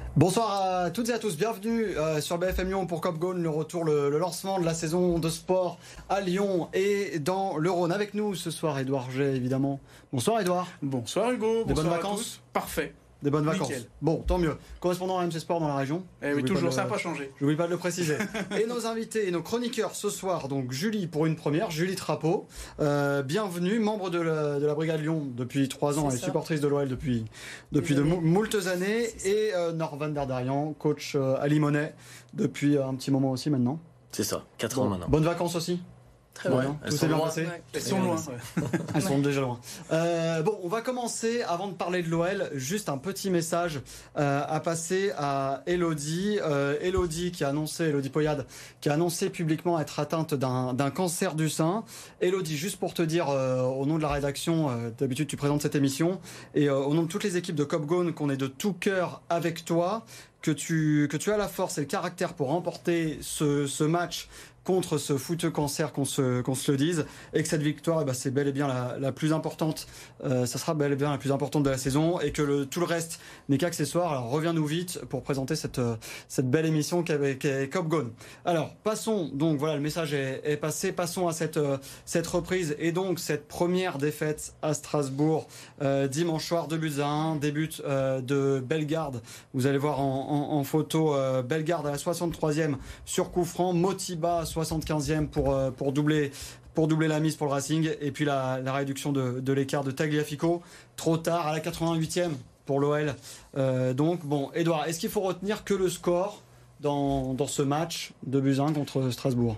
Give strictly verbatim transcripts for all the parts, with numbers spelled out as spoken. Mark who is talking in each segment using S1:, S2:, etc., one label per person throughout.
S1: Bonsoir à toutes et à tous, bienvenue euh, sur B F M Lyon pour Cop Gone, le retour, le, le lancement de la saison de sport à Lyon et dans le Rhône. Avec nous ce soir, Edouard G évidemment. Bonsoir Edouard.
S2: Bonsoir Hugo,
S1: Des
S2: bonsoir
S1: bonnes
S2: à
S1: vacances.
S2: tous. Parfait.
S1: Des bonnes vacances.
S2: Nickel.
S1: Bon, tant mieux. Correspondant à M C Sport dans la région.
S2: Eh oui, toujours, ça n'a pas changé.
S1: J'oublie pas de le préciser. Et nos invités et nos chroniqueurs ce soir, donc Julie pour une première, Julie Trapeau. Euh, bienvenue, membre de la, de la Brigade Lyon depuis trois ans, elle est supportrice de l'O L depuis, depuis de mou- moultes années. Et euh, Nord van der Darian, coach euh, à Limonest depuis un petit moment aussi maintenant.
S3: C'est ça, quatre
S1: Bon,
S3: ans maintenant.
S1: Bonnes vacances aussi.
S4: Très
S1: Ouais,
S4: bien.
S1: tout s'est bien passé.
S4: Ouais.
S2: Elles sont loin.
S1: Elles sont déjà loin. Euh, bon, on va commencer, avant de parler de l'O L, juste un petit message euh, à passer à Elodie. Euh, Elodie qui a annoncé, Elodie Poyade, qui a annoncé publiquement être atteinte d'un, d'un cancer du sein. Elodie, juste pour te dire, euh, au nom de la rédaction, euh, d'habitude tu présentes cette émission, et euh, au nom de toutes les équipes de Cop Gone, qu'on est de tout cœur avec toi, que tu, que tu as la force et le caractère pour remporter ce, ce match contre ce fouteux cancer, qu'on se, qu'on se le dise, et que cette victoire, eh ben, c'est bel et bien la, la plus importante, euh, ça sera bel et bien la plus importante de la saison, et que le, tout le reste n'est qu'accessoire. Alors reviens-nous vite pour présenter cette, cette belle émission qu'est, qu'est Cop Gone. Alors passons, donc voilà, le message est, est passé, passons à cette, cette reprise, et donc cette première défaite à Strasbourg, euh, dimanche soir, deux buts à un, début euh, de Bellegarde, vous allez voir en, en, en photo, euh, Bellegarde à la soixante-troisième sur coup franc, Motiba soixante-quinzième pour, euh, pour, doubler, pour doubler la mise pour le Racing, et puis la, la réduction de, de l'écart de Tagliafico trop tard à la quatre-vingt-huitième pour l'O L. Euh, donc bon, Edouard, est-ce qu'il faut retenir que le score dans, dans ce match de buts à un contre Strasbourg?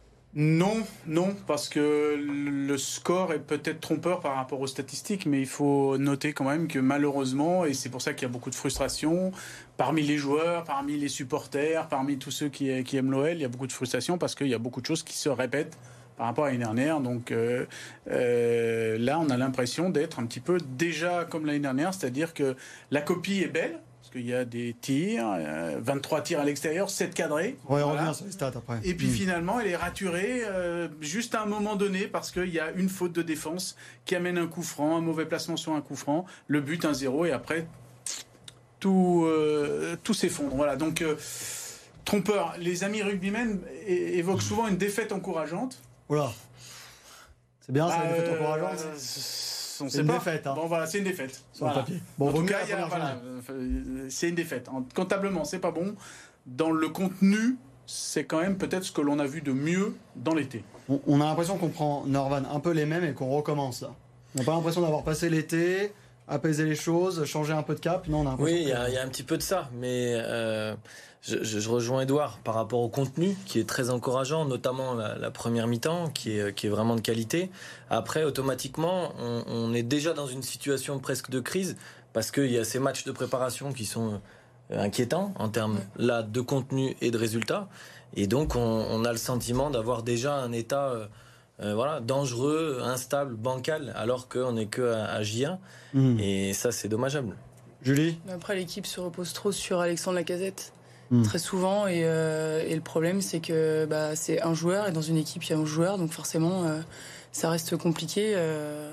S2: Non, non, parce que le score est peut-être trompeur par rapport aux statistiques, mais il faut noter quand même que malheureusement, et c'est pour ça qu'il y a beaucoup de frustration, parmi les joueurs, parmi les supporters, parmi tous ceux qui, qui aiment l'O L, il y a beaucoup de frustration parce qu'il y a beaucoup de choses qui se répètent par rapport à l'année dernière. Donc euh, euh, là, on a l'impression d'être un petit peu déjà comme l'année dernière, c'est-à-dire que la copie est belle, parce qu'il y a des tirs, euh, vingt-trois tirs à l'extérieur, sept cadrés.
S1: On va y
S2: voilà.
S1: revenir sur les stats après.
S2: Et puis
S1: mmh.
S2: finalement, elle est raturée euh, juste à un moment donné parce qu'il y a une faute de défense qui amène un coup franc, un mauvais placement sur un coup franc, le but un zéro, et après tout, euh, tout s'effondre. Voilà, donc euh, trompeur. Les amis rugbymen é- évoquent souvent une défaite encourageante.
S1: Oula, c'est bien, c'est une défaite
S2: Euh,
S1: encourageante.
S2: On
S1: C'est
S2: sait
S1: une
S2: pas.
S1: défaite, hein.
S2: Bon voilà, c'est une défaite.
S1: Sur
S2: Voilà.
S1: le papier. Bon,
S2: En
S1: vaut
S2: tout
S1: mieux
S2: cas,
S1: la
S2: il y a-
S1: première
S2: voilà,
S1: journée.
S2: euh, c'est une défaite. En- Comptablement, c'est pas bon. Dans le contenu, c'est quand même peut-être ce que l'on a vu de mieux dans l'été.
S1: On, on a l'impression qu'on prend, Norvan, un peu les mêmes et qu'on recommence là. On n'a pas l'impression d'avoir passé l'été, apaiser les choses, changer un peu de cap. Non, on a l'impression
S3: Oui, il y,
S1: que-
S3: a- il y a un petit peu de ça, mais euh, je, je- je rejoins Edouard par rapport au contenu qui est très encourageant, notamment la, la première mi-temps qui est, qui est vraiment de qualité. Après, automatiquement, on, on est déjà dans une situation presque de crise parce qu'il y a ces matchs de préparation qui sont euh, inquiétants en termes là de contenu et de résultats, et donc on, on a le sentiment d'avoir déjà un état euh, euh, voilà, dangereux, instable, bancal, alors qu'on n'est que à, à J un,
S1: Mmh.
S3: et ça c'est dommageable.
S1: Julie.
S4: Après, l'équipe se repose trop sur Alexandre Lacazette,
S1: Mm.
S4: très souvent. Et, euh, et le problème, c'est que bah, c'est un joueur, et dans une équipe, il y a un joueur. Donc forcément, euh, ça reste compliqué euh,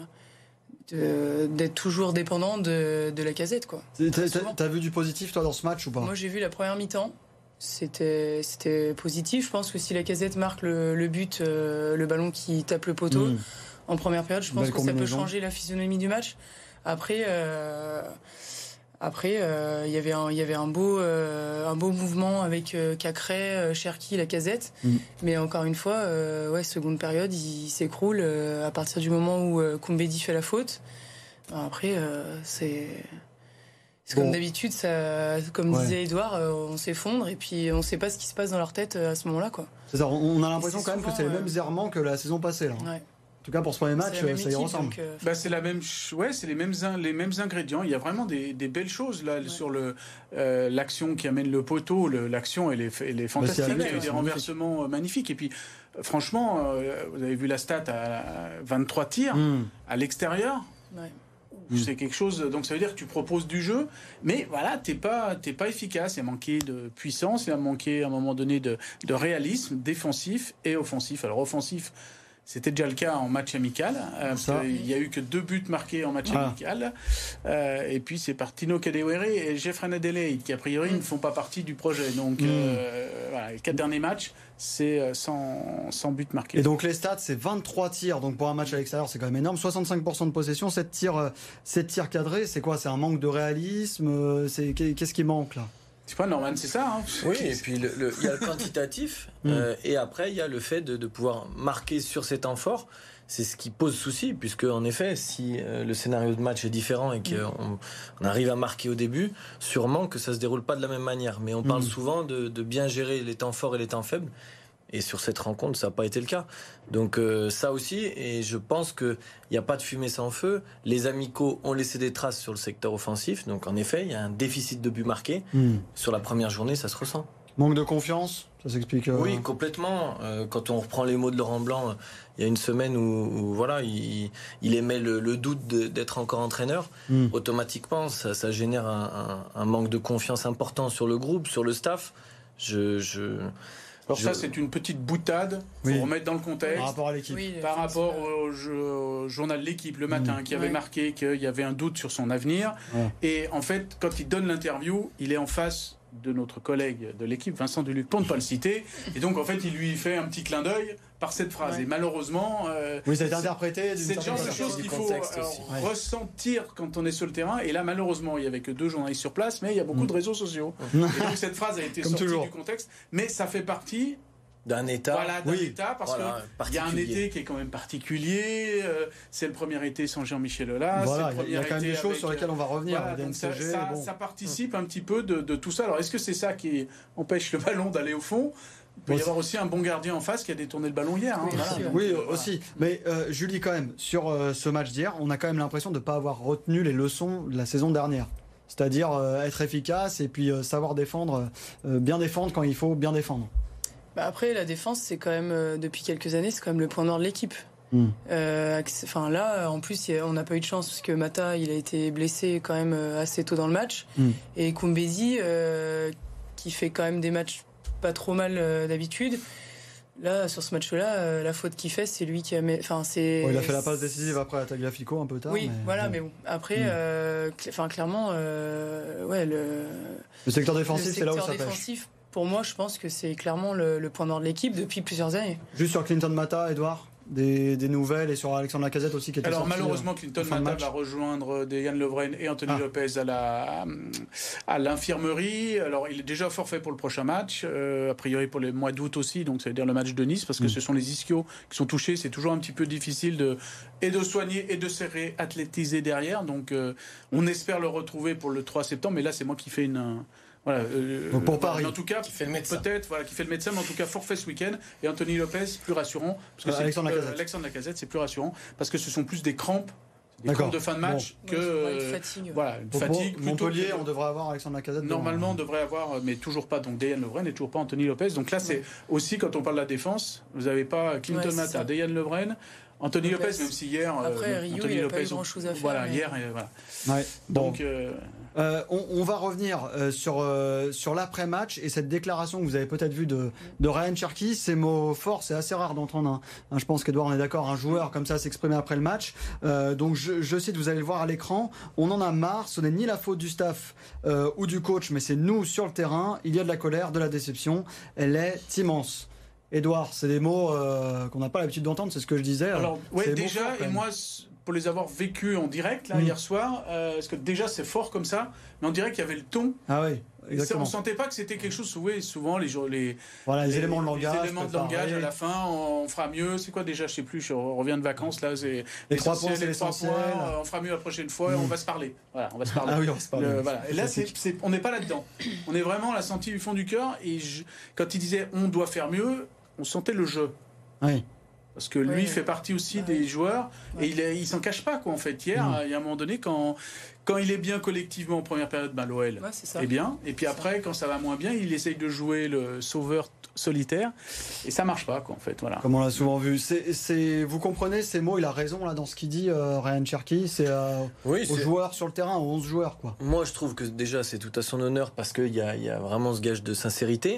S4: de- d'être toujours dépendant de, de Lacazette, quoi.
S1: T'as,
S4: Très
S1: t'as-
S4: souvent.
S1: t'as vu du positif toi dans ce match ou pas?
S4: Moi, j'ai vu la première mi-temps. C'était, c'était positif. Je pense que si Lacazette marque le, le but, euh, le ballon qui tape le poteau
S1: Mmh.
S4: en première période, je pense
S1: Belle
S4: que ça peut
S1: combinaison.
S4: changer la physionomie du match. Après, euh, après, euh, il y avait un, il y avait un beau, euh, un beau mouvement avec euh, Cacré, euh, Cherki, Lacazette.
S1: Mm.
S4: Mais encore une fois, euh, ouais, seconde période, il, il s'écroule euh, à partir du moment où euh, Koumbedi fait la faute. Après, euh, c'est, c'est
S1: Bon.
S4: comme d'habitude, ça, comme
S1: Ouais.
S4: disait Edouard, euh, on s'effondre et puis on ne sait pas ce qui se passe dans leur tête euh, à ce moment-là, quoi.
S1: C'est ça, on, on a l'impression
S4: c'est
S1: quand même que
S4: souvent,
S1: c'est les
S4: euh,
S1: mêmes errements que la saison passée là.
S4: Ouais.
S1: En tout cas pour ce premier match,
S4: C'est la même
S1: ça y
S4: équipe,
S1: ressemble.
S4: donc, euh,
S2: Bah, c'est la même, ch- ouais, c'est les mêmes, in- les mêmes ingrédients. Il y a vraiment des, des belles choses là
S4: Ouais.
S2: sur le euh, l'action qui amène le poteau. Le, l'action, elle est, elle est fantastique.
S1: c'est
S2: Il y a eu
S1: magnifique.
S2: des renversements euh, magnifiques. Et puis, euh, franchement, euh, vous avez vu la stat à vingt-trois tirs
S1: Mmh.
S2: à l'extérieur.
S4: ouais.
S1: Mm.
S2: C'est quelque chose. Donc ça veut dire que tu proposes du jeu, mais voilà, t'es pas, t'es pas efficace. Il a manqué de puissance, il a manqué à un moment donné de, de réalisme défensif et offensif. Alors offensif. C'était déjà le cas en match amical. Euh, il n'y a eu que deux buts marqués en match ah. amical. Euh, et puis c'est par Tino Kadewere et Jeffrey Adelaide qui a priori mm. ne font pas partie du projet. Donc mm. euh, voilà, les quatre derniers matchs, c'est sans, sans but marqué.
S1: Et donc les stats, c'est vingt-trois tirs. Donc pour un match à l'extérieur, c'est quand même énorme. soixante-cinq pour cent de possession, sept tirs, sept tirs cadrés. C'est quoi? C'est un manque de réalisme? C'est, qu'est-ce qui manque là?
S2: C'est pas Norman, c'est ça. Hein.
S3: Oui, et puis il le, le, y a le quantitatif, mm. euh, et après il y a le fait de, de pouvoir marquer sur ces temps forts. C'est ce qui pose souci, puisque en effet, si euh, le scénario de match est différent et qu'on on arrive à marquer au début, sûrement que ça se déroule pas de la même manière. Mais on parle mm. souvent de, de bien gérer les temps forts et les temps faibles. Et sur cette rencontre, ça n'a pas été le cas. Donc euh, ça aussi, et je pense qu'il n'y a pas de fumée sans feu. Les amicaux ont laissé des traces sur le secteur offensif. Donc en effet, il y a un déficit de buts marqués. Mm. Sur la première journée, ça se ressent.
S1: Manque de confiance, ça s'explique euh...
S3: Oui, complètement. Euh, quand on reprend les mots de Laurent Blanc, euh, il y a une semaine où, où voilà, il, il émet le, le doute de, d'être encore entraîneur. Mm. Automatiquement, ça, ça génère un, un, un manque de confiance important sur le groupe, sur le staff. Je... je
S2: Alors je... ça, c'est une petite boutade pour oui. remettre dans le contexte.
S1: Par rapport à l'équipe.
S2: Oui, par rapport au, au journal de l'équipe le matin, mmh. qui avait ouais. marqué qu'il y avait un doute sur son avenir. Ouais. Et en fait, quand il donne l'interview, il est en face de notre collègue de l'équipe, Vincent Deluc, pour ne pas le citer. Et donc, en fait, il lui fait un petit clin d'œil par cette phrase. Ouais. Et malheureusement... Euh,
S1: oui, ça a été interprété.
S2: C'est le genre de choses qu'il faut euh, ressentir quand on est sur le terrain. Et là, malheureusement, il n'y avait que deux journalistes sur place, mais il y a beaucoup mmh. de réseaux sociaux. Mmh. Et donc, cette phrase a été sortie toujours. du contexte. Mais ça fait partie...
S3: d'un état,
S2: voilà, d'un
S3: oui.
S2: état parce voilà, qu'il y a un été qui est quand même particulier. Euh, c'est le premier été sans Jean-Michel Aulas.
S1: Voilà, il y a quand même des choses avec, sur lesquelles on va revenir.
S2: Voilà, ça, ça, bon. ça participe un petit peu de, de tout ça. Alors, est-ce que c'est ça qui empêche le ballon d'aller au fond? Il peut y avoir aussi un bon gardien en face qui a détourné le ballon hier. Hein,
S1: oui,
S2: voilà.
S1: oui euh, aussi. Mais euh, Julie, quand même, sur euh, ce match d'hier, on a quand même l'impression de ne pas avoir retenu les leçons de la saison dernière. C'est-à-dire euh, être efficace et puis euh, savoir défendre, euh, bien défendre quand il faut bien défendre.
S4: Bah après, la défense, c'est quand même, euh, depuis quelques années, c'est quand même le point nord de l'équipe. Mm. Euh, enfin, là, en plus, a, on n'a pas eu de chance parce que Mata, il a été blessé quand même assez tôt dans le match. Mm. Et Koumbezi, euh, qui fait quand même des matchs pas trop mal euh, d'habitude. Là, sur ce match-là, euh, la faute qu'il fait, c'est lui qui a... Enfin, c'est...
S1: Oh, il a fait la passe décisive après à Tagliafico un peu tard.
S4: Oui,
S1: mais...
S4: voilà, mais bon. Après, mm. euh, cl- clairement, euh, ouais, le...
S1: Le secteur défensif,
S4: le
S1: c'est là où
S4: secteur
S1: ça
S4: défensif,
S1: pêche.
S4: Pour moi, je pense que c'est clairement le, le point nord de l'équipe depuis plusieurs années.
S1: Juste sur Clinton Mata, Edouard, des, des nouvelles, et sur Alexandre Lacazette aussi qui était
S2: Alors
S1: sorti,
S2: malheureusement, Clinton Mata va rejoindre Dejan Lovren et Anthony ah. Lopez à, la, à l'infirmerie. Alors il est déjà forfait pour le prochain match, euh, a priori pour les mois d'août aussi, donc ça veut dire le match de Nice, parce que mm. ce sont les ischios qui sont touchés. C'est toujours un petit peu difficile de, et de soigner et de se réathlétiser derrière. Donc euh, on espère le retrouver pour le trois septembre, mais là c'est moi qui fais une... Voilà, euh,
S1: Donc pour Paris,
S2: en tout cas,
S3: qui fait le médecin.
S2: Peut-être, voilà, qui fait le médecin, mais en tout cas forfait ce week-end. Et Anthony Lopez, plus rassurant, parce que euh, c'est,
S1: Alexandre
S2: euh,
S1: Lacazette.
S2: Alexandre Lacazette, c'est plus rassurant, parce que ce sont plus des crampes, des D'accord. crampes de fin de match
S4: bon.
S2: que
S4: ouais, une fatigue.
S2: Voilà, une
S1: Pour
S2: fatigue.
S1: Montpellier, on devrait avoir Alexandre Lacazette.
S2: Normalement, on devrait avoir, mais toujours pas. Donc Dejan Lovren et toujours pas Anthony Lopez. Donc là, c'est ouais. aussi quand on parle de la défense, vous n'avez pas Clinton ouais, Mata, Dejan Lovren. Anthony Lopez, Lopez, même si hier,
S4: après
S2: euh,
S4: Rio,
S2: Anthony
S4: il n'a
S2: Lopez,
S4: pas eu grand-chose à faire.
S2: Voilà,
S4: mais...
S2: hier, et voilà.
S1: Ouais.
S2: Donc.
S1: Bon.
S2: Euh...
S1: Euh, on, on va revenir euh, sur, euh, sur l'après-match et cette déclaration que vous avez peut-être vue de, de Ryan Cherki. Ces mots forts, c'est assez rare d'entendre un, un je pense qu'Edouard on est d'accord, un joueur comme ça s'exprimer après le match. Euh, donc je, je cite, vous allez le voir à l'écran, on en a marre, ce n'est ni la faute du staff euh, ou du coach, mais c'est nous sur le terrain. Il y a de la colère, de la déception, elle est immense. Edouard, c'est des mots euh, qu'on n'a pas l'habitude d'entendre, c'est ce que je disais.
S2: Alors, ouais, déjà,
S1: forts,
S2: et moi, pour les avoir vécus en direct, là, mmh. hier soir, euh, parce que déjà, c'est fort comme ça, mais on dirait qu'il y avait le ton.
S1: Ah oui, exactement.
S2: On ne sentait pas que c'était quelque chose, oui, souvent, les, les,
S1: voilà, les, les éléments de
S2: les
S1: langage.
S2: Les éléments de langage, à la fin, on fera mieux. C'est quoi déjà, je ne sais plus, je reviens de vacances, là, c'est
S1: les trois points, c'est l'essentiel.
S2: Points, on fera mieux la prochaine fois, mmh. et on va se parler. Voilà, on va se parler.
S1: Ah oui, on va se parler.
S2: Le, voilà. Et là, c'est, c'est, on n'est pas là-dedans. On est vraiment, l'a senti du fond du cœur, et je, quand il disait on doit faire mieux, on sentait le jeu.
S1: Oui.
S2: Parce que lui
S4: oui.
S2: fait partie aussi
S4: ouais.
S2: des joueurs
S4: ouais.
S2: et il, est, il s'en cache pas quoi en fait. Hier, mmh. il y a un moment donné quand quand il est bien collectivement en première période, bah, l'O L
S4: ouais,
S2: est bien. Et puis
S4: c'est
S2: après,
S4: ça.
S2: quand ça va moins bien, il essaye de jouer le sauveur solitaire et ça marche pas quoi en fait. Voilà.
S1: Comme on l'a souvent vu. C'est, c'est, vous comprenez ces mots, il a raison là dans ce qu'il dit, euh, Ryan Cherki. C'est euh,
S3: oui,
S1: aux
S3: c'est...
S1: joueurs sur le terrain, aux onze joueurs quoi.
S3: Moi, je trouve que déjà c'est tout à son honneur parce qu'il y a, il y a vraiment ce gage de sincérité.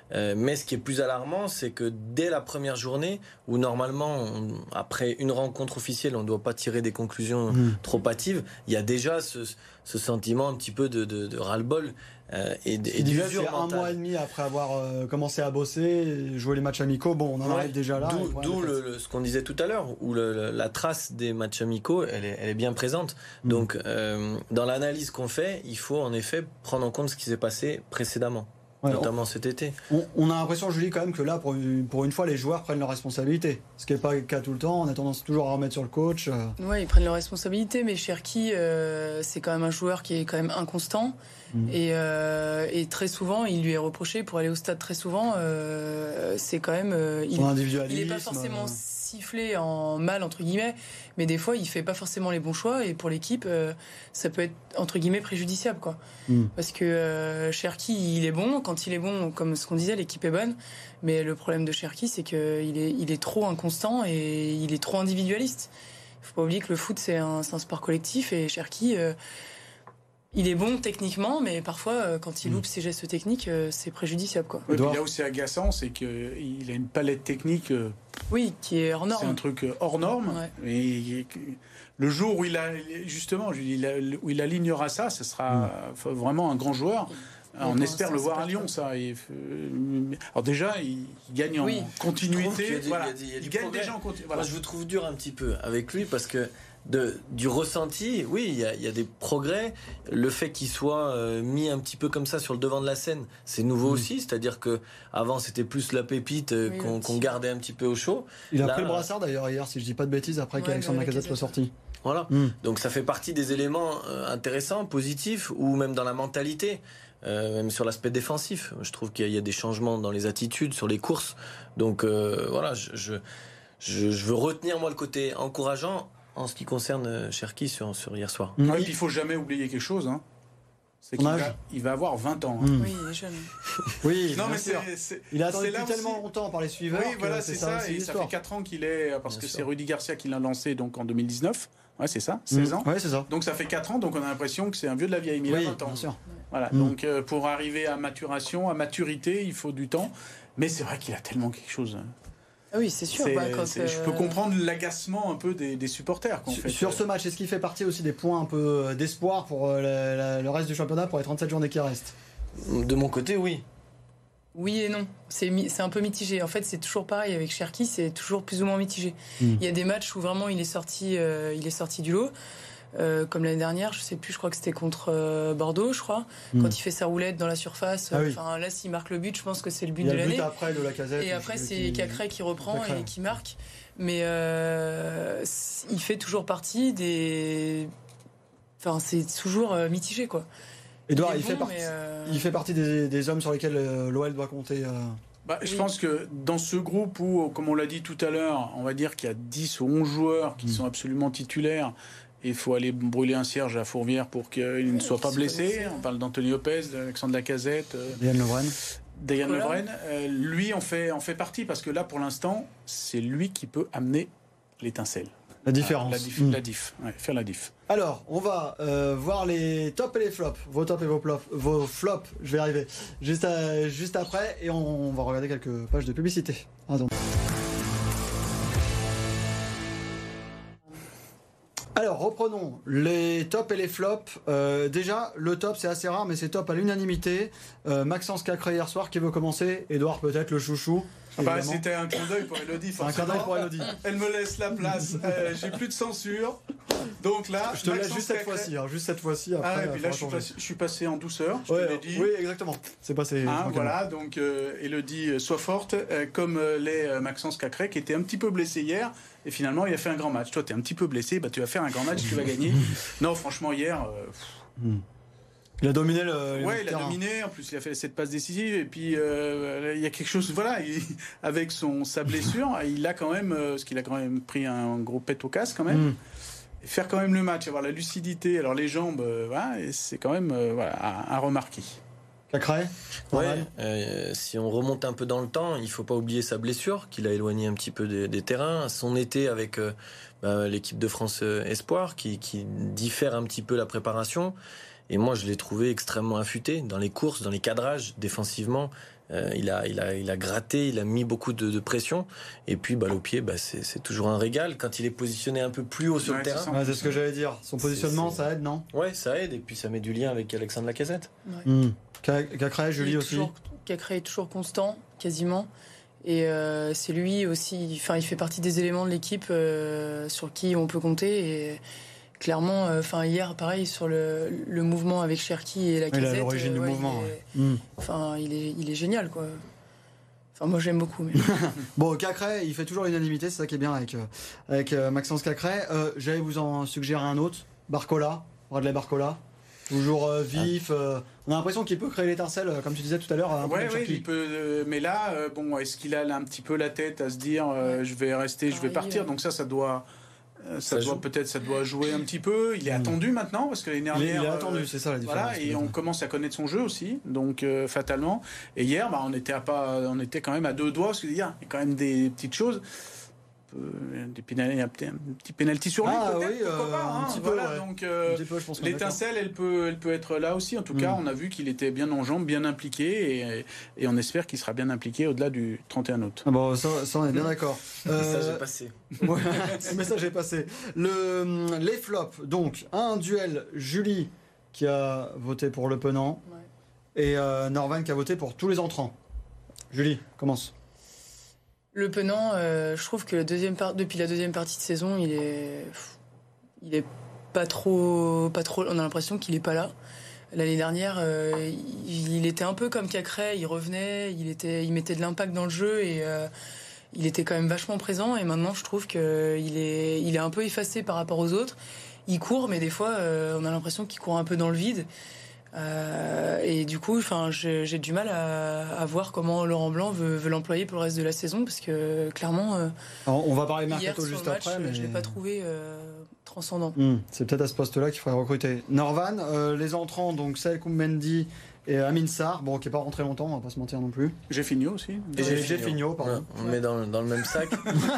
S3: Euh, mais ce qui est plus alarmant, c'est que dès la première journée, où normalement, on, après une rencontre officielle, on ne doit pas tirer des conclusions mmh. trop hâtives, il y a déjà ce, ce sentiment un petit peu de, de, de ras-le-bol. Euh, et, et
S1: d'usure mentale. Un mois et demi après avoir euh, commencé à bosser, jouer les matchs amicaux, bon, on en ouais, arrive déjà là.
S3: D'où, d'où le, le, ce qu'on disait tout à l'heure, où le, le, la trace des matchs amicaux, elle est, elle est bien présente. Mmh. Donc, euh, dans l'analyse qu'on fait, il faut en effet prendre en compte ce qui s'est passé précédemment. Ouais, notamment on, cet été.
S1: On, on a l'impression, Julie, quand même que là, pour une, pour une fois, les joueurs prennent leurs responsabilités. Ce qui n'est pas le cas tout le temps. On a tendance toujours à remettre sur le coach.
S4: Oui, ils prennent leurs responsabilités, mais Cherki, euh, c'est quand même un joueur qui est quand même inconstant. Mmh. Et, euh, et très souvent, il lui est reproché pour aller au stade très souvent. Euh, c'est quand même. Euh, il n'est pas forcément euh... sifflé en mal, entre guillemets, mais des fois, il ne fait pas forcément les bons choix. Et pour l'équipe, euh, ça peut être, entre guillemets, préjudiciable, quoi. Mmh. Parce que euh, Cherki, il est bon. Quand il est bon, comme ce qu'on disait, l'équipe est bonne. Mais le problème de Cherki, c'est qu'il est, il est trop inconstant et il est trop individualiste. Il ne faut pas oublier que le foot, c'est un, c'est un sport collectif. Et Cherki, euh, il est bon techniquement, mais parfois, quand il loupe mmh. ses gestes techniques, c'est préjudiciable, quoi.
S2: Ouais, là où c'est agaçant, c'est qu'il a une palette technique.
S4: Oui, qui est hors norme.
S2: C'est un truc hors norme. Ouais. Et le jour où il a, justement, où il alignera ça, ce sera mmh. vraiment un grand joueur. On espère le voir à Lyon, ça. Et, euh, alors déjà, il gagne en oui. continuité.
S3: Il, voilà. il, il gagne déjà en continuité. Voilà. Moi, je vous trouve dur un petit peu avec lui parce que de, du ressenti, oui, il y, a, il y a des progrès. Le fait qu'il soit euh, mis un petit peu comme ça sur le devant de la scène, c'est nouveau mmh. aussi. C'est-à-dire que avant, c'était plus la pépite euh, oui, qu'on, qu'on gardait un petit peu au chaud.
S1: Il a Là, pris le brassard d'ailleurs hier, si je dis pas de bêtises, après ouais, qu'Alexandre Lacazette soit sorti.
S3: Voilà. Mmh. Donc ça fait partie des éléments euh, intéressants, positifs, ou même dans la mentalité. Euh, même sur l'aspect défensif, je trouve qu'il y a, il y a des changements dans les attitudes, sur les courses. Donc euh, voilà, je, je, je, je veux retenir moi le côté encourageant en ce qui concerne Cherki sur, sur hier soir.
S2: Ouais, et puis il faut jamais oublier quelque chose, hein. C'est qu'il va, il va avoir vingt ans. Hein.
S4: Mmh. Oui, il est jeune.
S1: Oui, non, mais c'est, c'est, il a attendu tellement longtemps par les suiveurs.
S2: Oui, voilà, c'est, c'est ça. ça et ça fait quatre ans qu'il est, parce bien que sûr. C'est Rudy Garcia qui l'a lancé donc en deux mille dix-neuf. Ouais, c'est ça, seize ans.
S1: Mmh. Ouais, c'est ça.
S2: Donc ça fait quatre ans, donc on a l'impression que c'est un vieux de la vieille. Mais
S1: oui,
S2: il a vingt ans.
S1: Bien sûr.
S2: Voilà. Mmh. Donc euh, pour arriver à maturation, à maturité, il faut du temps. Mais c'est vrai qu'il a tellement quelque chose.
S4: Ah oui, c'est sûr.
S2: C'est,
S4: bah, quand
S2: c'est, euh... Je peux comprendre l'agacement un peu des, des supporters.
S1: Sur,
S2: fait.
S1: sur ce match, est-ce qu'il fait partie aussi des points un peu d'espoir pour le, le, le reste du championnat, pour les trente-sept journées qui restent ?
S3: De mon côté, oui.
S4: Oui et non, c'est, c'est un peu mitigé. En fait, c'est toujours pareil avec Cherki, c'est toujours plus ou moins mitigé. Mmh. Il y a des matchs où vraiment il est sorti, euh, il est sorti du lot. Euh, comme l'année dernière, je sais plus, je crois que c'était contre euh, Bordeaux, je crois, mmh. quand il fait sa roulette dans la surface. Ah oui. Enfin là, s'il marque le but, je pense que c'est le but de l'année.
S1: Il y a le but après de Lacazette.
S4: Et après, c'est qui... Cacré qui reprend Cacré. Et qui marque. Mais euh, il fait toujours partie des. Enfin, c'est toujours euh, mitigé, quoi.
S1: Edouard, il, il, bon, fait, partie, euh... il fait partie des, des hommes sur lesquels euh, l'O L doit compter. Euh...
S2: Bah, je oui. pense que dans ce groupe où, comme on l'a dit tout à l'heure, on va dire qu'il y a dix ou onze joueurs qui mmh. sont absolument titulaires. Il faut aller brûler un cierge à Fourvière pour qu'il oui, ne soit pas blessé. blessé. On parle d'Anthony Lopez, d'Alexandre Lacazette, euh,
S1: Diane Lovren.
S2: Diane voilà. Lovren. Euh, lui en fait, en fait partie parce que là, pour l'instant, c'est lui qui peut amener l'étincelle.
S1: La différence.
S2: Ah, la diff, mmh. la diff. Ouais, faire la diff.
S1: Alors, on va euh, voir les tops et les flops. Vos tops et vos flops. Vos flops, je vais y arriver. Juste, à, juste après, et on, on va regarder quelques pages de publicité. Attends. Alors, reprenons les tops et les flops. Euh, déjà, le top, c'est assez rare, mais c'est top à l'unanimité. Euh, Maxence Cacré hier soir, qui veut commencer. Edouard, peut-être, le chouchou.
S2: Ah bah, c'était un clin d'œil pour Elodie.
S1: Un clin d'œil pour Elodie.
S2: Elle me laisse la place. Euh, j'ai plus de censure. Donc là,
S1: je te laisse juste cette Cacré... fois-ci. Hein, juste cette fois-ci. Après,
S2: ah, et puis là, je suis, passé, je suis passé en douceur. Je
S1: ouais,
S2: te l'ai dit.
S1: Oui, exactement. C'est passé.
S2: Hein, voilà. Donc, euh, Elodie, euh, sois forte, euh, comme euh, l'est euh, Maxence Cacré, qui était un petit peu blessé hier. Et finalement, il a fait un grand match. Toi, tu es un petit peu blessé. Bah, tu vas faire un grand match. Tu vas gagner. Non, franchement, hier. Euh,
S1: mm. Il a dominé le.
S2: Ouais, il a dominé. En plus, il a fait cette passe décisive. Et puis, euh, il y a quelque chose. Voilà, il, avec son sa blessure, il a quand même, euh, parce qu'il a quand même pris un gros pet au casque quand même. Mm. Et faire quand même le match, avoir la lucidité, alors les jambes, euh, voilà, et c'est quand même euh, voilà, à, à remarquer.
S1: Cacré.
S3: Ouais. Euh, si on remonte un peu dans le temps, il faut pas oublier sa blessure, qui l'a éloigné un petit peu des, des terrains, son été avec euh, bah, l'équipe de France Espoir, qui, qui diffère un petit peu la préparation. Et moi, je l'ai trouvé extrêmement affûté dans les courses, dans les cadrages, défensivement. Euh, il, a, il, a, il a gratté, il a mis beaucoup de, de pression. Et puis, balle au pied, bah, c'est, c'est toujours un régal. Quand il est positionné un peu plus haut sur
S2: Ouais,
S3: le terrain.
S1: C'est, ouais, c'est ce que j'allais dire. Son positionnement,
S3: c'est...
S1: ça aide, non?
S3: Ouais, ça aide. Et puis, ça met du lien avec Alexandre Lacazette.
S4: Ouais.
S1: Mmh. Cacré, Julie aussi.
S4: Cacré est toujours constant, quasiment. Et euh, c'est lui aussi. Enfin, il fait partie des éléments de l'équipe euh, sur qui on peut compter. Et clairement, enfin euh, hier, pareil sur le, le mouvement avec Cherki et Lacazette.
S1: Il a l'origine
S4: euh,
S1: du
S4: ouais,
S1: mouvement.
S4: Enfin,
S1: Ouais.
S4: mmh. il est, il est génial, quoi. Enfin, moi, j'aime beaucoup. Mais...
S1: Bon, Cacré, il fait toujours l'unanimité, c'est ça qui est bien avec, euh, avec euh, Maxence Cacré. Euh, j'allais vous en suggérer un autre, Barcola, Bradley Barcola. Toujours euh, vif. Euh, on a l'impression qu'il peut créer l'étincelle, euh, comme tu disais tout à l'heure. Un
S2: ouais,
S1: peu
S2: ouais, il peut. Euh, mais là, euh, bon, est-ce qu'il a là, un petit peu la tête à se dire, euh, je vais rester, je vais partir. Donc ça, ça doit. Ça, ça doit joue. peut-être, ça doit jouer un petit peu. Il est mmh. attendu maintenant parce que l'année dernière,
S1: il est, il est attendu, euh, c'est ça la différence.
S2: Voilà, et on commence à connaître son jeu aussi, donc euh, fatalement. Et hier, bah, on était à pas, on était quand même à deux doigts parce qu'il y a quand même des petites choses. Des pénal... un petit pénalty sur lui,
S1: ah,
S2: peut-être,
S1: oui,
S2: pourquoi
S1: euh,
S2: pas. Hein,
S1: un petit
S2: voilà,
S1: peu, ouais.
S2: donc euh,
S1: peu, je pense
S2: l'étincelle, elle peut, elle peut être là aussi. En tout mmh. cas, on a vu qu'il était bien en jambes, bien impliqué, et, et on espère qu'il sera bien impliqué au-delà du trente et un août.
S1: Ah bon, ça, ça on est bien d'accord.
S3: Le euh... message est passé.
S1: Ouais, le message est passé. Le, les flops, donc un duel, Julie qui a voté pour Le Penant ouais. et euh, Norvan qui a voté pour tous les entrants. Julie, commence.
S4: Le Penant, euh, je trouve que la deuxième par... depuis la deuxième partie de saison, il est, il est pas trop, pas trop. On a l'impression qu'il est pas là. L'année dernière, euh, il était un peu comme Cacré, il revenait, il était, il mettait de l'impact dans le jeu et euh, il était quand même vachement présent. Et maintenant, je trouve que il est, il est un peu effacé par rapport aux autres. Il court, mais des fois, euh, on a l'impression qu'il court un peu dans le vide. Euh, et du coup, enfin, j'ai, j'ai du mal à, à voir comment Laurent Blanc veut, veut l'employer pour le reste de la saison, parce que clairement, euh,
S1: alors, on va parler mercato
S4: hier,
S1: juste
S4: match,
S1: après, mais
S4: je l'ai pas trouvé euh, transcendant.
S1: Mmh, c'est peut-être à ce poste-là qu'il faudrait recruter. Norvan, euh, les entrants, donc Saïd Koumendy et Amin Sarr, bon, qui n'est pas rentré longtemps, on va pas se mentir non plus.
S2: J'ai fini aussi.
S1: Et j'ai, j'ai fini, pardon.
S3: Ouais, on le met dans, dans le même sac.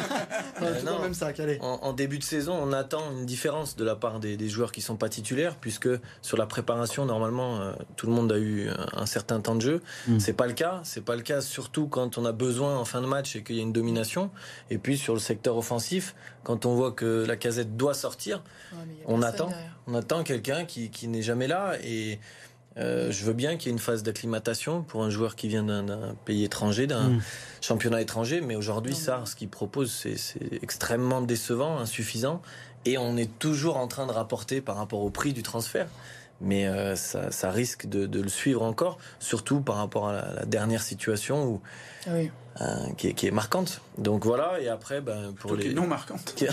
S1: euh, non, dans le même sac, allez.
S3: En, en début de saison, on attend une différence de la part des, des joueurs qui sont pas titulaires, puisque sur la préparation, normalement, euh, tout le monde a eu un, un certain temps de jeu. Mm. C'est pas le cas. C'est pas le cas, surtout quand on a besoin en fin de match et qu'il y a une domination. Et puis sur le secteur offensif, quand on voit que Lacazette doit sortir, ouais, on attend, derrière. on attend quelqu'un qui, qui n'est jamais là et Euh, je veux bien qu'il y ait une phase d'acclimatation pour un joueur qui vient d'un, d'un pays étranger, d'un mmh. championnat étranger, mais aujourd'hui, ça, ce qu'il propose, c'est, c'est extrêmement décevant, insuffisant, et on est toujours en train de rapporter par rapport au prix du transfert. Mais euh, ça, ça risque de, de le suivre encore, surtout par rapport à la, la dernière situation où,
S4: oui.
S3: euh, qui, est, qui est marquante. Donc voilà, et après, ben, pour
S2: les...
S3: les...
S2: non marquante.
S3: Qui...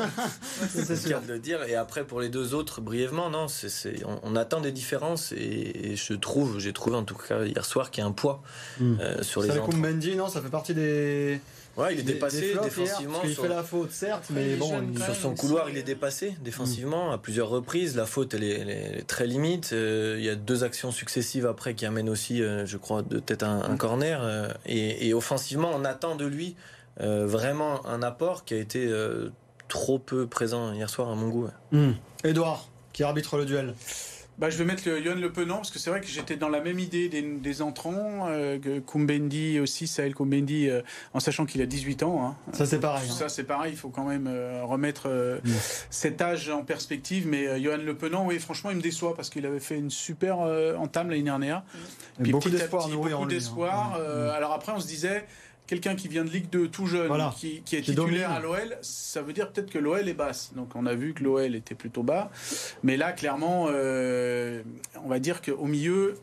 S3: c'est sûr de le dire. Et après, pour les deux autres, brièvement, non, c'est, c'est... On, on attend des différences, et, et je trouve, j'ai trouvé en tout cas hier soir qu'il y a un poids mmh. euh, sur les entrants.
S1: Mendy, non, ça fait partie des...
S3: Ouais, il est dépassé
S1: des
S3: défensivement.
S1: Hier, il fait la faute, certes, mais bon,
S3: il, sur son couloir, il est dépassé défensivement mmh. à plusieurs reprises. La faute, elle est, elle est très limite. Euh, il y a deux actions successives après qui amènent aussi, euh, je crois, de peut-être un, un corner. Euh, et, et offensivement, on attend de lui euh, vraiment un apport qui a été euh, trop peu présent hier soir à mon goût. Ouais.
S1: Mmh. Édouard, qui arbitre le duel.
S2: Bah, je vais mettre le Yohan Le Penant parce que c'est vrai que j'étais dans la même idée des, des entrants, euh, Koumendy aussi, Saïd Koumendy, euh, en sachant qu'il a dix-huit ans. Hein.
S1: Ça c'est pareil.
S2: Ça
S1: hein.
S2: c'est pareil, il faut quand même euh, remettre euh, mmh. cet âge en perspective. Mais euh, Yohan Le Penant, oui, franchement, il me déçoit parce qu'il avait fait une super euh, entame l'année dernière.
S1: Mmh. Puis beaucoup d'espoir,
S2: petit,
S1: beaucoup
S2: en d'espoir. Lui, hein. euh, mmh. Alors après, on se disait. Quelqu'un qui vient de Ligue deux tout jeune, voilà. qui, qui est qui titulaire domine. À l'O L, ça veut dire peut-être que l'O L est basse. Donc on a vu que l'O L était plutôt bas. Mais là, clairement, euh, on va dire qu'au milieu,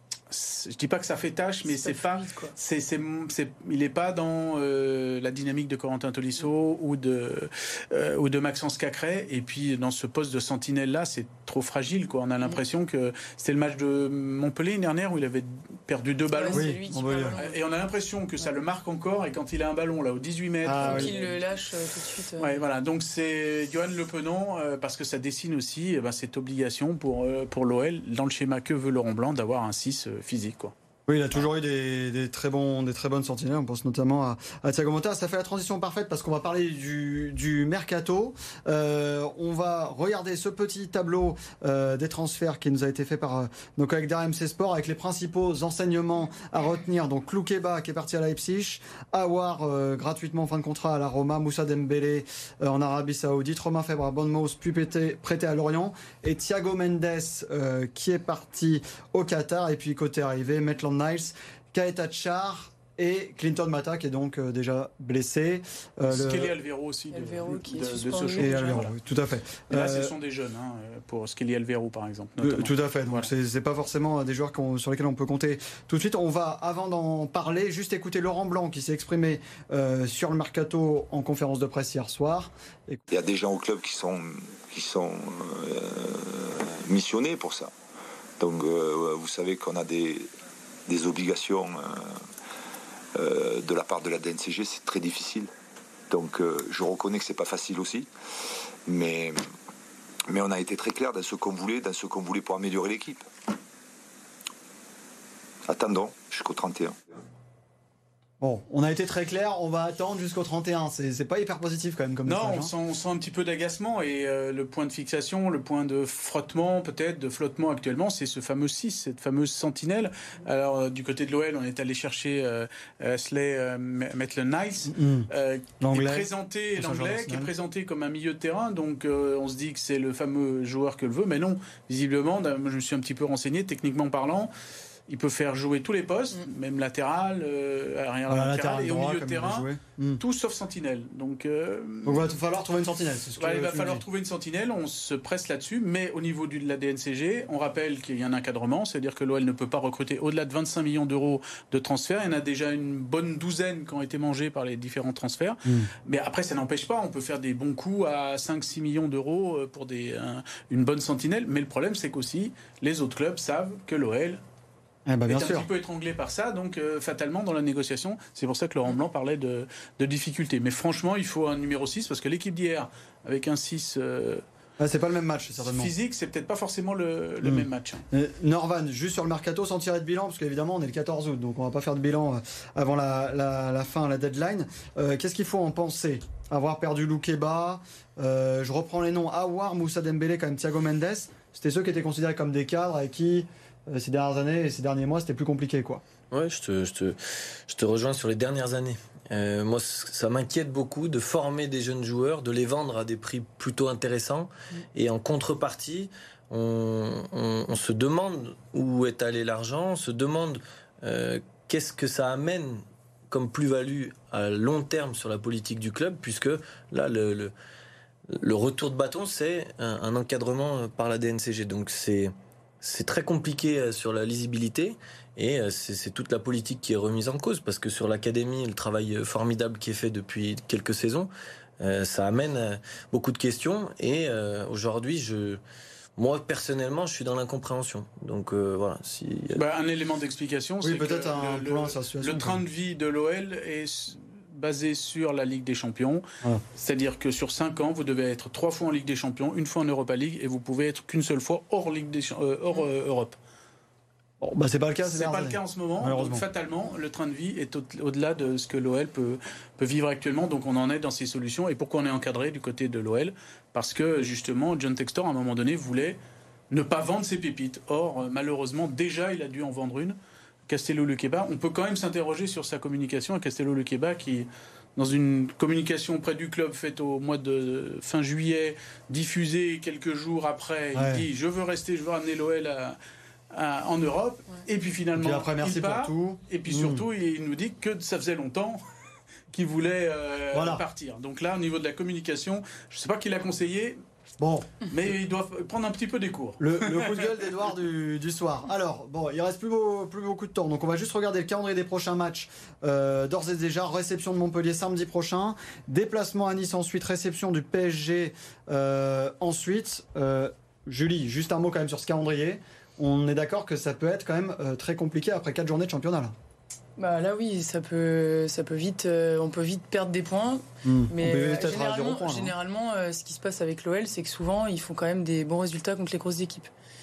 S2: je dis pas que ça fait tâche, mais c'est, c'est pas, c'est, c'est, c'est, il n'est pas dans euh, la dynamique de Corentin Tolisso ou de euh, ou de Maxence Cacré. Et puis dans ce poste de sentinelle là, c'est trop fragile, quoi. On a l'impression que c'était le match de Montpellier l'année dernière où il avait perdu deux ballons.
S4: Ouais, oui, on
S2: et on a l'impression que ça ouais. le marque encore. Et quand il a un ballon là au dix-huit mètres,
S4: ah,
S2: euh,
S4: oui. qu'il le lâche euh, tout de suite. Euh...
S2: Ouais, voilà. Donc c'est Yohan Le Penant euh, parce que ça dessine aussi eh ben, cette obligation pour euh, pour l'O L dans le schéma que veut Laurent Blanc d'avoir un six euh, physique, quoi.
S1: Oui, il a toujours eu des, des, très, bons, des très bonnes sentinelles. On pense notamment à, à Thiago Motta. Ça fait la transition parfaite parce qu'on va parler du, du mercato. Euh, on va regarder ce petit tableau euh, des transferts qui nous a été fait par euh, nos collègues d'R M C Sport avec les principaux enseignements à retenir. Donc Loukeba qui est parti à Leipzig, Aouar euh, gratuitement en fin de contrat à la Roma, Moussa Dembélé euh, en Arabie Saoudite, Romain Fèvre à Bournemouth puis prêté, prêté à Lorient et Thiago Mendes euh, qui est parti au Qatar. Et puis côté arrivé, Maitland Niles, Kaeta Char et Clinton Mata qui est donc euh, déjà blessé.
S2: Euh, Skelly Alvaro aussi de,
S4: Alvaro qui
S2: de,
S4: est
S2: de ce
S1: et Alvaro, oui, tout à fait.
S2: Et là,
S1: euh,
S2: ce sont des jeunes, hein, pour Skelly Alvaro par exemple.
S1: Notamment. Tout à fait. Donc
S2: voilà.
S1: c'est, c'est pas forcément des joueurs qu'on, sur lesquels on peut compter tout de suite. On va, avant d'en parler, juste écouter Laurent Blanc qui s'est exprimé euh, sur le mercato en conférence de presse hier soir.
S5: Il y a des gens au club qui sont qui sont euh, missionnés pour ça. Donc euh, vous savez qu'on a des des obligations euh, euh, de la part de la D N C G, c'est très difficile. Donc euh, je reconnais que c'est pas facile aussi, mais, mais on a été très clair dans ce qu'on voulait, dans ce qu'on voulait pour améliorer l'équipe. Attendons jusqu'au trente et un.
S1: Bon, on a été très clair, on va attendre jusqu'au trente et un. C'est, c'est pas hyper positif quand même comme
S2: non,
S1: message.
S2: Non, on, on sent un petit peu d'agacement et euh, le point de fixation, le point de frottement peut-être, de flottement actuellement, c'est ce fameux six, cette fameuse sentinelle. Alors euh, du côté de l'O L, on est allé chercher euh, Ashley euh, Maitland-Niles, mmh. euh, qui est présenté, l'anglais, qui est présenté comme un milieu de terrain. Donc euh, on se dit que c'est le fameux joueur que le veut, mais non, visiblement, je me suis un petit peu renseigné, techniquement parlant. Il peut faire jouer tous les postes, mmh. même latéral, euh, arrière
S1: voilà,
S2: latéral, et
S1: droit,
S2: au milieu de terrain,
S1: mmh.
S2: tout sauf sentinelle. Donc, euh,
S1: Donc il va falloir trouver une sentinelle. C'est ce que
S2: bah, il va falloir trouver une sentinelle, on se presse là-dessus, mais au niveau de la D N C G, on rappelle qu'il y a un encadrement, c'est-à-dire que l'O L ne peut pas recruter au-delà de vingt-cinq millions d'euros de transferts. Il y en a déjà une bonne douzaine qui ont été mangés par les différents transferts. Mmh. Mais après, ça n'empêche pas, on peut faire des bons coups à cinq six millions d'euros pour des, un, une bonne sentinelle. Mais le problème, c'est qu'aussi, les autres clubs savent que l'O L
S1: Eh ben, bien
S2: est un
S1: sûr.
S2: petit peu étranglé par ça, donc euh, fatalement dans la négociation, c'est pour ça que Laurent Blanc parlait de, de difficultés. Mais franchement, il faut un numéro six, parce que l'équipe d'hier, avec un six euh,
S1: ah, c'est pas le même match, certainement.
S2: physique, c'est peut-être pas forcément le, le mmh. même match.
S1: Euh, Norvan, juste sur le mercato, sans tirer de bilan, parce qu'évidemment, on est le quatorze août, donc on va pas faire de bilan avant la, la, la fin, la deadline. Euh, qu'est-ce qu'il faut en penser ? Avoir perdu Loukeba, euh, je reprends les noms, Aouar, Moussa Dembélé, quand même Thiago Mendes, c'était ceux qui étaient considérés comme des cadres avec qui... ces dernières années et ces derniers mois, c'était plus compliqué, quoi.
S3: Ouais, je te, je te, je te rejoins sur les dernières années. Euh, moi, ça m'inquiète beaucoup de former des jeunes joueurs, de les vendre à des prix plutôt intéressants. Mmh. Et en contrepartie, on, on, on se demande où est allé l'argent, on se demande euh, qu'est-ce que ça amène comme plus-value à long terme sur la politique du club, puisque là, le, le, le retour de bâton, c'est un, un encadrement par la D N C G. Donc, c'est... C'est très compliqué sur la lisibilité et c'est, c'est toute la politique qui est remise en cause parce que sur l'académie, le travail formidable qui est fait depuis quelques saisons, euh, ça amène beaucoup de questions et euh, aujourd'hui, je, moi personnellement, je suis dans l'incompréhension. Donc euh, voilà. Si, euh...
S2: bah, un élément d'explication,
S1: oui,
S2: c'est
S1: peut-être
S2: que
S1: un
S2: le,
S1: point
S2: le,
S1: sur la situation,
S2: le train de vie de l'O L est basé sur la Ligue des Champions. Ah. C'est-à-dire que sur cinq ans, vous devez être trois fois en Ligue des Champions, une fois en Europa League, et vous pouvez être qu'une seule fois hors, Ligue des, euh, hors euh, Europe.
S1: Bon, bah c'est pas le cas.
S2: C'est, c'est pas le cas en ce moment. Donc fatalement, le train de vie est au- au-delà de ce que l'O L peut, peut vivre actuellement. Donc on en est dans ces solutions. Et pourquoi on est encadré du côté de l'O L ? Parce que justement, John Textor, à un moment donné, voulait ne pas vendre ses pépites. Or, malheureusement, déjà, il a dû en vendre une. Castello Luqueba. On peut quand même s'interroger sur sa communication à Castello Luqueba qui, dans une communication auprès du club faite au mois de fin juillet, diffusée quelques jours après, ouais. il dit « Je veux rester, je veux ramener l'O L à, à, en Europe. Ouais. » Et puis finalement, et puis après, merci il part. Pour tout. Et puis surtout, mmh. il nous dit que ça faisait longtemps qu'il voulait euh, voilà. partir. Donc là, au niveau de la communication, je ne sais pas qui l'a conseillé.
S1: Bon,
S2: mais ils doivent prendre un petit peu des cours.
S1: Le, le coup de gueule d'Edouard du, du soir. Alors, bon, il reste plus, beau, plus beaucoup de temps, donc on va juste regarder le calendrier des prochains matchs. Euh, d'ores et déjà, réception de Montpellier samedi prochain, déplacement à Nice ensuite, réception du P S G euh, ensuite. Euh, Julie, juste un mot quand même sur ce calendrier. On est d'accord que ça peut être quand même euh, très compliqué après quatre journées de championnat là.
S4: Bah là oui, ça peut, ça peut vite, euh, on peut vite perdre des points.
S1: Mmh.
S4: Mais euh, généralement, points, généralement euh, ce qui se passe avec l'O L, c'est que souvent ils font quand même des bons résultats contre les grosses équipes.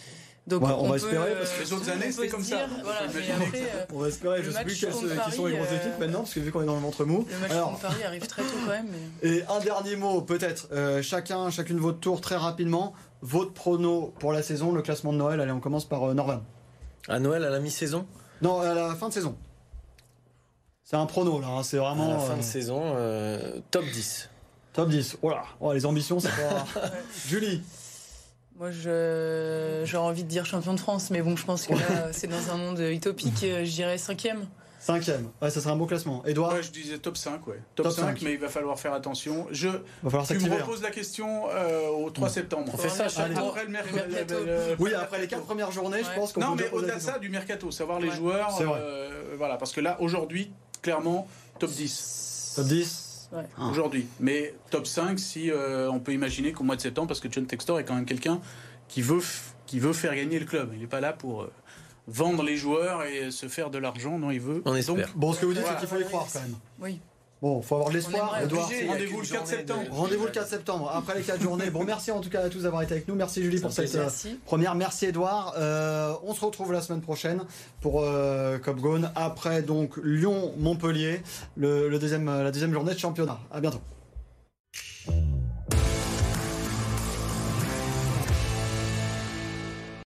S4: Donc
S1: Ouais, on
S4: on
S1: va
S4: peut,
S1: espérer, parce
S2: que les autres
S4: on
S2: années,
S4: peut
S2: c'était
S4: se
S2: comme
S4: dire,
S2: ça.
S4: Voilà,
S2: Faut
S4: mais
S2: imaginer.
S4: après, euh,
S1: On va espérer,
S4: Le
S1: je sais
S4: match
S1: plus quels,
S4: contre
S1: qui sont les grosses
S4: Paris,
S1: équipes
S4: euh,
S1: maintenant, parce que vu qu'on est dans le ventre mou.
S4: le match
S1: Alors,
S4: contre Paris arrive très tôt quand même. Mais...
S1: et un dernier mot, peut-être, euh, chacun, chacune votre tour, très rapidement. Votre prono pour la saison, le classement de Noël. Allez, on commence par euh, Norvan.
S3: À Noël, à la mi-saison,
S1: Non, à la fin de saison. C'est un prono, là, hein, c'est
S3: à
S1: vraiment
S3: la fin
S1: euh,
S3: de saison, euh, top dix.
S1: top dix. Oh là, oh, les ambitions, c'est pas... Julie.
S4: Moi, je, j'aurais envie de dire champion de France, mais bon, je pense que là, c'est dans un monde utopique. Je dirais cinquième.
S1: Cinquième. Ouais, ça serait un beau classement. Edouard,
S2: Ouais, je disais top cinq, ouais. Top,
S1: Top
S2: cinq,
S1: cinq.
S2: mais il va falloir faire attention. Je,
S1: va falloir
S2: tu me
S1: s'activer. hein.
S2: reposes la question euh, au trois septembre.
S3: On fait ça chaque
S1: Allez.
S3: tour.
S2: Après le mercredi.
S4: Le mercato.
S2: le-
S1: Oui, après les quatre premières journées, je
S4: Ouais.
S1: pense qu'on
S2: Non,
S1: peut
S2: mais
S1: déjà poser
S2: au-delà
S1: la
S2: de
S1: question.
S2: ça, du mercato, savoir les
S4: Ouais.
S2: joueurs.
S1: C'est vrai.
S2: euh, voilà, parce que là, aujourd'hui, clairement, top dix.
S1: Top dix.
S4: Ouais.
S1: Ah.
S2: Aujourd'hui. Mais top cinq, si euh, on peut imaginer qu'au mois de septembre, parce que John Textor est quand même quelqu'un qui veut, f- qui veut faire gagner le club. Il n'est pas là pour euh, vendre les joueurs et se faire de l'argent. Non, il veut.
S3: On
S2: Donc,
S3: espère.
S1: Bon, ce que vous dites,
S2: Voilà.
S1: c'est qu'il faut y croire quand même.
S4: Oui.
S1: Bon, faut avoir de l'espoir.
S4: On aimerait,
S1: Edouard,
S2: obligé. Rendez-vous le quatre septembre.
S1: rendez-vous le quatre septembre, après les quatre journées. Bon, merci en tout cas à tous d'avoir été avec nous. Merci Julie
S3: C'est
S1: pour
S3: un
S1: cette
S3: plaisir.
S1: euh,
S4: Merci.
S1: première. Merci Edouard. Euh, on se retrouve la semaine prochaine pour euh, Cup Gone. Après donc Lyon-Montpellier, le, le deuxième, la deuxième journée de championnat. À bientôt.